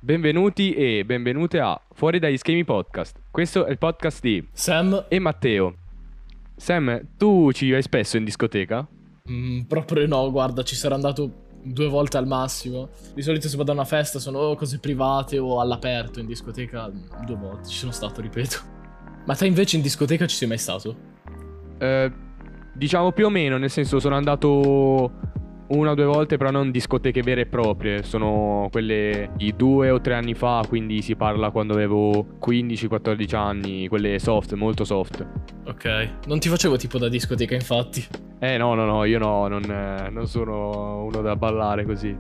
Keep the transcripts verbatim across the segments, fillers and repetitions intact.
Benvenuti e benvenute a Fuori dagli schemi podcast. Questo è il podcast di Sam? e Matteo. Sam, tu ci vai spesso in discoteca? Mm, proprio no, guarda, ci sarò andato due volte al massimo. Di solito se vado a una festa sono o cose private o all'aperto. In discoteca due volte ci sono stato, ripeto. Ma te invece in discoteca ci sei mai stato? Eh, diciamo più o meno, nel senso sono andato una o due volte, però non discoteche vere e proprie. Sono quelle di due o tre anni fa, quindi si parla quando avevo quindici quattordici anni, quelle soft, molto soft. Ok, non ti facevo tipo da discoteca infatti. Eh no, no, no, io no, non, eh, non sono uno da ballare così.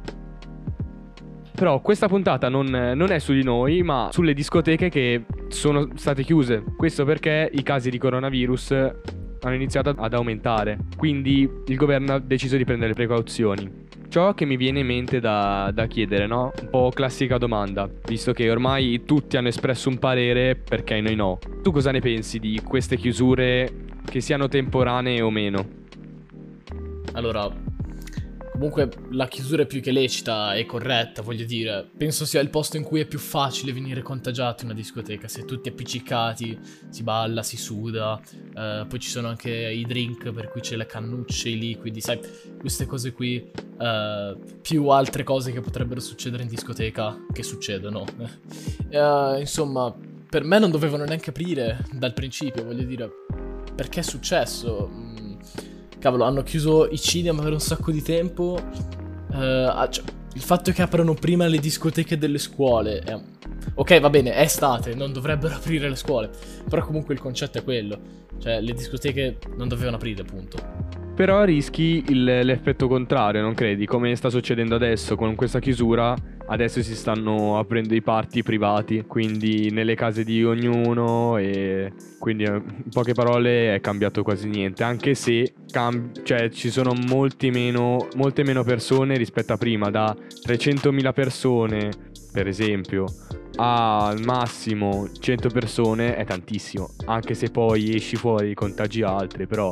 Però questa puntata non, non è su di noi, ma sulle discoteche che sono state chiuse. Questo perché i casi di coronavirus hanno iniziato ad aumentare. Quindi il governo ha deciso di prendere precauzioni. Ciò che mi viene in mente da, da chiedere, no? Un po' classica domanda, visto che ormai tutti hanno espresso un parere, perché noi no? Tu cosa ne pensi di queste chiusure, che siano temporanee o meno? Allora, comunque la chiusura è più che lecita e corretta, voglio dire. Penso sia il posto in cui è più facile venire contagiati in una discoteca. Se tutti appiccicati, si balla, si suda, eh, poi ci sono anche i drink per cui c'è le cannucce, i liquidi, sai, queste cose qui, eh, più altre cose che potrebbero succedere in discoteca che succedono. Eh, insomma, per me non dovevano neanche aprire dal principio, voglio dire. Perché è successo? Mm, Cavolo, hanno chiuso i cinema per un sacco di tempo. Eh, ah, cioè, il fatto che aprano prima le discoteche delle scuole è... Ok, va bene, è estate, non dovrebbero aprire le scuole. Però comunque il concetto è quello. Cioè, le discoteche non dovevano aprire, punto. Però rischi il- l'effetto contrario, non credi? Come sta succedendo adesso con questa chiusura, adesso si stanno aprendo i party privati, quindi nelle case di ognuno, e quindi eh, in poche parole è cambiato quasi niente, anche se cam- cioè, ci sono molti meno, molte meno persone rispetto a prima, da trecentomila persone per esempio a al massimo cento persone è tantissimo, anche se poi esci fuori e contagi altri, però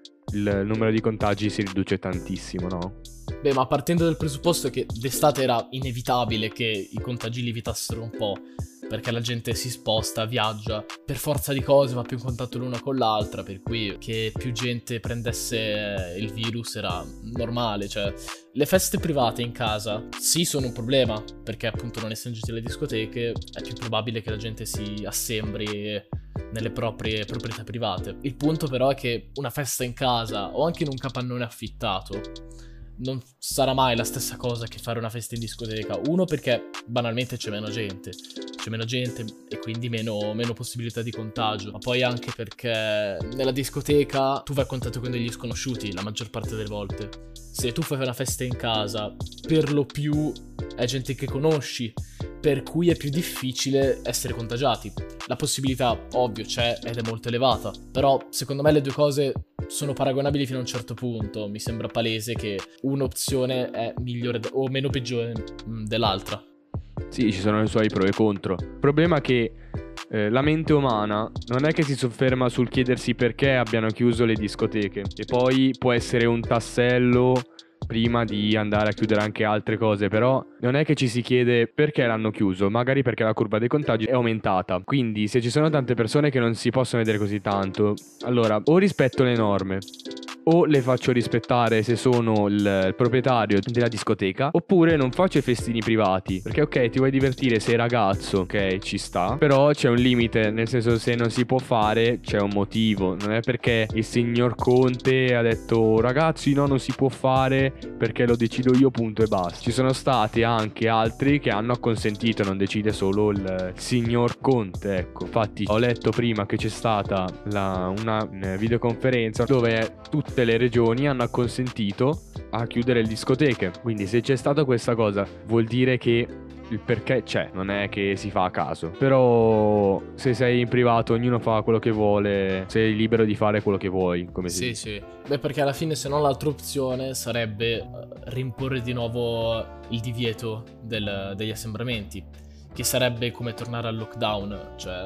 il numero di contagi si riduce tantissimo, no? Beh, ma partendo dal presupposto che d'estate era inevitabile che i contagi lievitassero un po', perché la gente si sposta, viaggia, per forza di cose va più in contatto l'una con l'altra, per cui che più gente prendesse il virus era normale, cioè le feste private in casa sì sono un problema, perché appunto non essendoci le discoteche è più probabile che la gente si assembri nelle proprie proprietà private. Il punto però è che una festa in casa o anche in un capannone affittato non sarà mai la stessa cosa che fare una festa in discoteca. Uno, perché banalmente c'è meno gente, c'è meno gente e quindi meno, meno possibilità di contagio. Ma poi anche perché nella discoteca tu vai a contatto con degli sconosciuti la maggior parte delle volte. Se tu fai una festa in casa, per lo più è gente che conosci, per cui è più difficile essere contagiati. La possibilità, ovvio, c'è ed è molto elevata, però secondo me le due cose sono paragonabili fino a un certo punto. Mi sembra palese che un'opzione è migliore d- o meno peggiore mh, dell'altra. Sì, ci sono i suoi pro e contro. Il problema è che eh, la mente umana non è che si sofferma sul chiedersi perché abbiano chiuso le discoteche, e poi può essere un tassello prima di andare a chiudere anche altre cose, però non è che ci si chiede perché l'hanno chiuso, magari perché la curva dei contagi è aumentata. Quindi se ci sono tante persone che non si possono vedere così tanto, allora o rispetto le norme o le faccio rispettare se sono il, il proprietario della discoteca, oppure non faccio i festini privati, perché ok, ti vuoi divertire, sei ragazzo, ok, ci sta, però c'è un limite, nel senso, se non si può fare c'è un motivo, non è perché il signor Conte ha detto ragazzi no, non si può fare perché lo decido io, punto e basta. Ci sono stati anche altri che hanno acconsentito, non decide solo il, il signor Conte, ecco. Infatti ho letto prima che c'è stata la, una videoconferenza dove tutte le regioni hanno acconsentito a chiudere le discoteche. Quindi se c'è stata questa cosa vuol dire che il perché c'è, non è che si fa a caso. Però se sei in privato ognuno fa quello che vuole, sei libero di fare quello che vuoi, come si Sì, dice. sì. Beh, perché alla fine se no l'altra opzione sarebbe eh, rimporre di nuovo il divieto del- degli assembramenti, che sarebbe come tornare al lockdown, cioè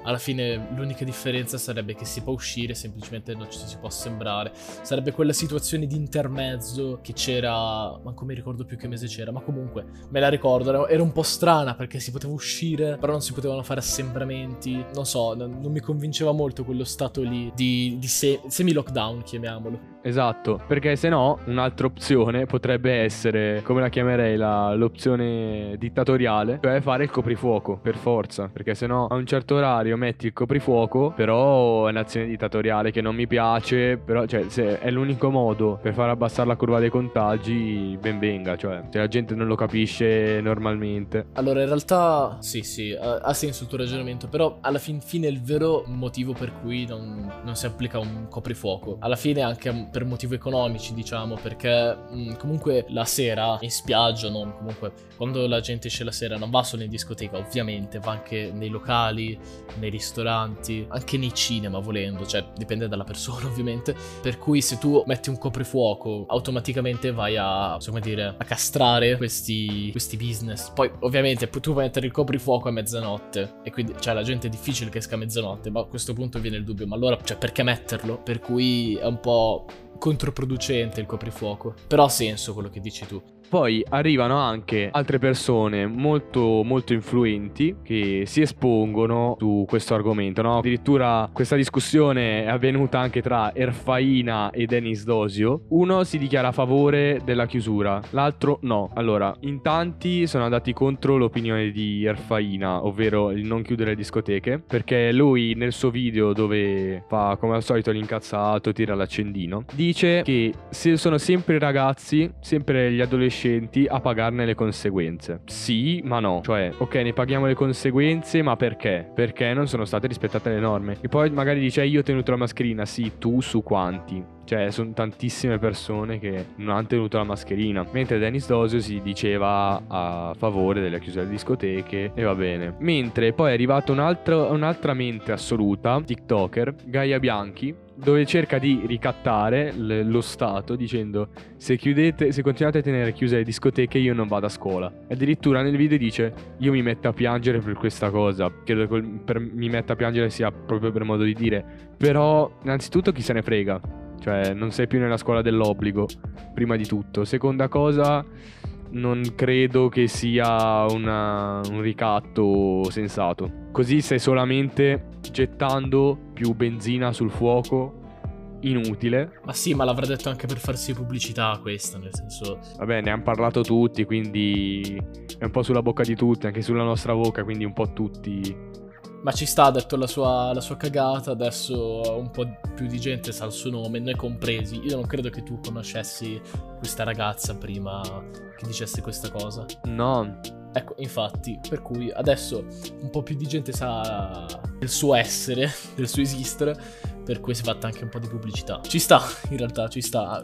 alla fine l'unica differenza sarebbe che si può uscire, semplicemente non ci si può sembrare. Sarebbe quella situazione di intermezzo che c'era, manco mi ricordo più che mese c'era, ma comunque me la ricordo, era un po' strana perché si poteva uscire, però non si potevano fare assembramenti, non so, non, non mi convinceva molto quello stato lì di, di se, semi-lockdown, chiamiamolo. Esatto, perché se no un'altra opzione potrebbe essere, come la chiamerei, la, l'opzione dittatoriale, cioè fare il coprifuoco, per forza, perché se no a un certo orario metti il coprifuoco, però è un'azione dittatoriale che non mi piace, però cioè se è l'unico modo per far abbassare la curva dei contagi, ben venga, cioè se la gente non lo capisce normalmente. Allora in realtà sì sì, ha, ha senso il tuo ragionamento, però alla fin fine il vero motivo per cui non, non si applica un coprifuoco, alla fine anche per motivi economici, diciamo, perché mh, comunque la sera in spiaggia, no? Comunque quando la gente esce la sera non va solo in discoteca, ovviamente, va anche nei locali, nei ristoranti, anche nei cinema volendo, cioè dipende dalla persona ovviamente, per cui se tu metti un coprifuoco automaticamente vai a, come dire, a castrare questi, questi business. Poi ovviamente tu puoi mettere il coprifuoco a mezzanotte e quindi cioè la gente è difficile che esca a mezzanotte, ma a questo punto viene il dubbio, ma allora cioè perché metterlo? Per cui è un po' controproducente il coprifuoco, però ha senso quello che dici tu. Poi arrivano anche altre persone molto molto influenti che si espongono su questo argomento, no? Addirittura questa discussione è avvenuta anche tra Erfaina e Denis Dosio. Uno si dichiara a favore della chiusura, l'altro no. Allora, in tanti sono andati contro l'opinione di Erfaina, ovvero il non chiudere le discoteche, perché lui nel suo video dove fa come al solito l'incazzato, tira l'accendino, dice che se sono sempre i ragazzi, sempre gli adolescenti a pagarne le conseguenze. Sì, ma no. Cioè, ok, ne paghiamo le conseguenze, ma perché? Perché non sono state rispettate le norme. E poi magari dice, io ho tenuto la mascherina. Sì, tu su quanti? Cioè, sono tantissime persone che non hanno tenuto la mascherina. Mentre Denis Dosio si diceva a favore della chiusura delle discoteche e va bene. Mentre poi è arrivata un'altra, un'altra mente assoluta, TikToker, Gaia Bianchi, dove cerca di ricattare l- lo Stato dicendo se chiudete, se continuate a tenere chiuse le discoteche io non vado a scuola. E addirittura nel video dice io mi metto a piangere per questa cosa. Credo che per mi metto a piangere sia proprio per modo di dire. Però innanzitutto chi se ne frega. Cioè non sei più nella scuola dell'obbligo, prima di tutto. Seconda cosa, non credo che sia una, un ricatto sensato. Così stai solamente gettando più benzina sul fuoco, inutile. Ma sì, ma l'avrà detto anche per farsi pubblicità questa, nel senso... Vabbè, ne hanno parlato tutti, quindi è un po' sulla bocca di tutti, anche sulla nostra bocca, quindi un po' tutti... Ma ci sta, ha detto la sua, la sua cagata, adesso un po' più di gente sa il suo nome, noi compresi. Io non credo che tu conoscessi questa ragazza prima che dicesse questa cosa. No. Ecco, infatti, per cui adesso un po' più di gente sa del suo essere, del suo esistere, per cui si è fatta anche un po' di pubblicità. Ci sta, in realtà, ci sta.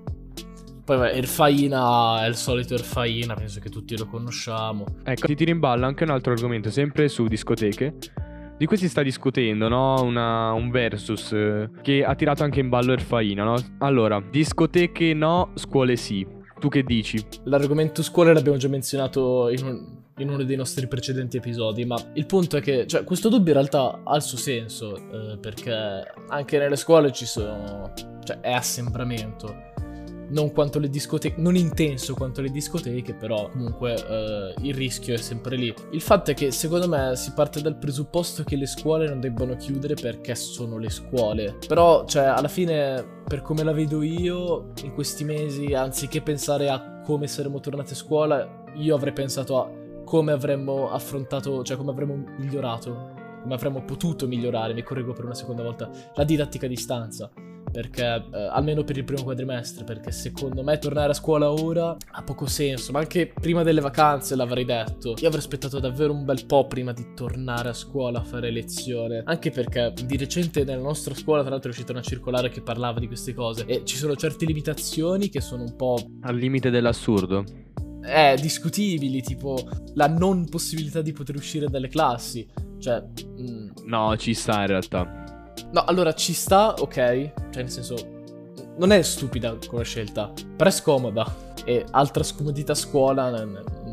Poi vabbè, Erfaina è il solito Erfaina, penso che tutti lo conosciamo. Ecco, ti tiro in ballo anche un altro argomento, sempre su discoteche, di cui si sta discutendo, no? Una, un versus eh, che ha tirato anche in ballo Erfaina, no? Allora, discoteche no, scuole sì. Tu che dici? L'argomento scuole l'abbiamo già menzionato in, un, in uno dei nostri precedenti episodi, ma il punto è che, cioè, questo dubbio in realtà ha il suo senso, eh, perché anche nelle scuole ci sono, cioè, è assembramento. Non quanto le discoteche, non intenso quanto le discoteche, però comunque eh, il rischio è sempre lì. Il fatto è che secondo me si parte dal presupposto che le scuole non debbano chiudere perché sono le scuole. Però, cioè, alla fine, per come la vedo io, in questi mesi, anziché pensare a come saremmo tornati a scuola, io avrei pensato a come avremmo affrontato, cioè come avremmo migliorato, come avremmo potuto migliorare, mi correggo per una seconda volta, la didattica a distanza. Perché, eh, almeno per il primo quadrimestre, perché secondo me tornare a scuola ora ha poco senso, ma anche prima delle vacanze l'avrei detto. Io avrei aspettato davvero un bel po' prima di tornare a scuola a fare lezione, anche perché di recente nella nostra scuola tra l'altro è uscita una circolare che parlava di queste cose e ci sono certe limitazioni che sono un po' al limite dell'assurdo. Eh, discutibili, tipo la non possibilità di poter uscire dalle classi. Cioè, mh... no, ci sta in realtà. No, allora ci sta, ok. Cioè, nel senso, non è stupida come scelta, però è scomoda. E altra scomodità a scuola non,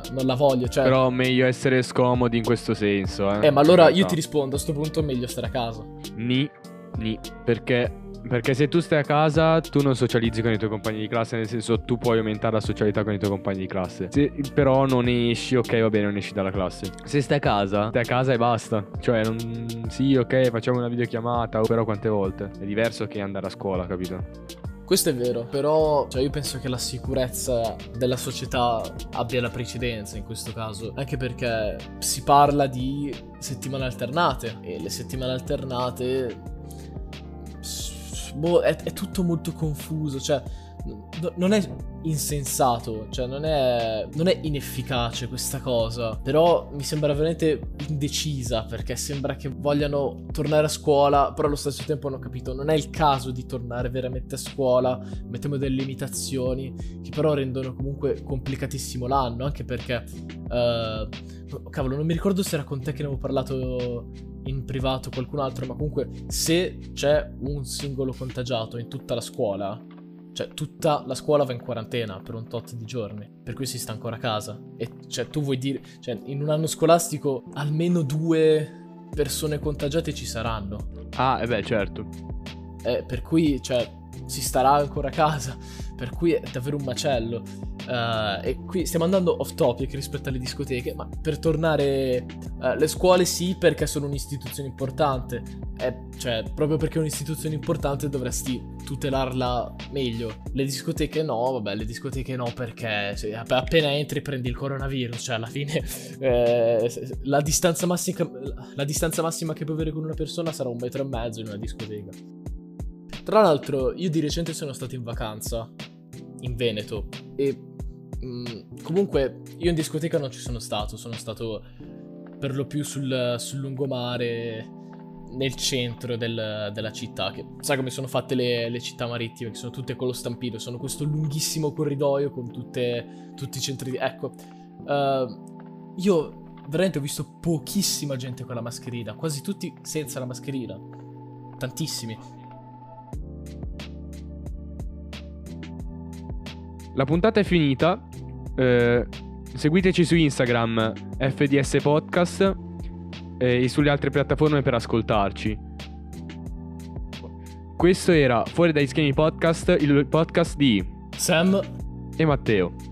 non la voglio, cioè... Però meglio essere scomodi in questo senso, eh. Eh, ma allora io ti rispondo, a sto punto meglio stare a casa. Ni, ni, perché... Perché se tu stai a casa, tu non socializzi con i tuoi compagni di classe, nel senso tu puoi aumentare la socialità con i tuoi compagni di classe. Se, però non esci, ok, va bene, non esci dalla classe. Se stai a casa, stai a casa e basta. Cioè, non, sì, ok, facciamo una videochiamata, però quante volte? È diverso che andare a scuola, capito? Questo è vero, però cioè, io penso che la sicurezza della società abbia la precedenza in questo caso, anche perché si parla di settimane alternate e le settimane alternate... Boh, è, è tutto molto confuso, cioè n- non è insensato, cioè non è, non è inefficace questa cosa, però mi sembra veramente indecisa, perché sembra che vogliano tornare a scuola, però allo stesso tempo hanno capito non è il caso di tornare veramente a scuola, mettiamo delle limitazioni che però rendono comunque complicatissimo l'anno, anche perché uh, cavolo, non mi ricordo se era con te che ne avevo parlato in privato o qualcun altro, ma comunque se c'è un singolo contagiato in tutta la scuola, cioè tutta la scuola va in quarantena per un tot di giorni, per cui si sta ancora a casa. E cioè tu vuoi dire, cioè in un anno scolastico almeno due persone contagiate ci saranno. Ah, e beh, certo. Eh, per cui, cioè, si starà ancora a casa, per cui è davvero un macello. Uh, e qui stiamo andando off topic rispetto alle discoteche, ma per tornare, uh, le scuole sì, perché sono un'istituzione importante, eh, cioè proprio perché è un'istituzione importante dovresti tutelarla meglio. Le discoteche no, vabbè, le discoteche no, perché cioè, appena entri prendi il coronavirus, cioè alla fine eh, la distanza massima la distanza massima che puoi avere con una persona sarà un metro e mezzo in una discoteca. Tra l'altro io di recente sono stato in vacanza in Veneto e mh, comunque io in discoteca non ci sono stato, sono stato per lo più sul, sul lungomare, nel centro del, della città, che sai come sono fatte le, le città marittime, che sono tutte con lo stampino, sono questo lunghissimo corridoio con tutte, tutti i centri di... Ecco, uh, io veramente ho visto pochissima gente con la mascherina, quasi tutti senza la mascherina, tantissimi. La puntata è finita, eh, seguiteci su Instagram F D S Podcast eh, e sulle altre piattaforme per ascoltarci. Questo era Fuori dai Schemi Podcast, il podcast di Sam e Matteo.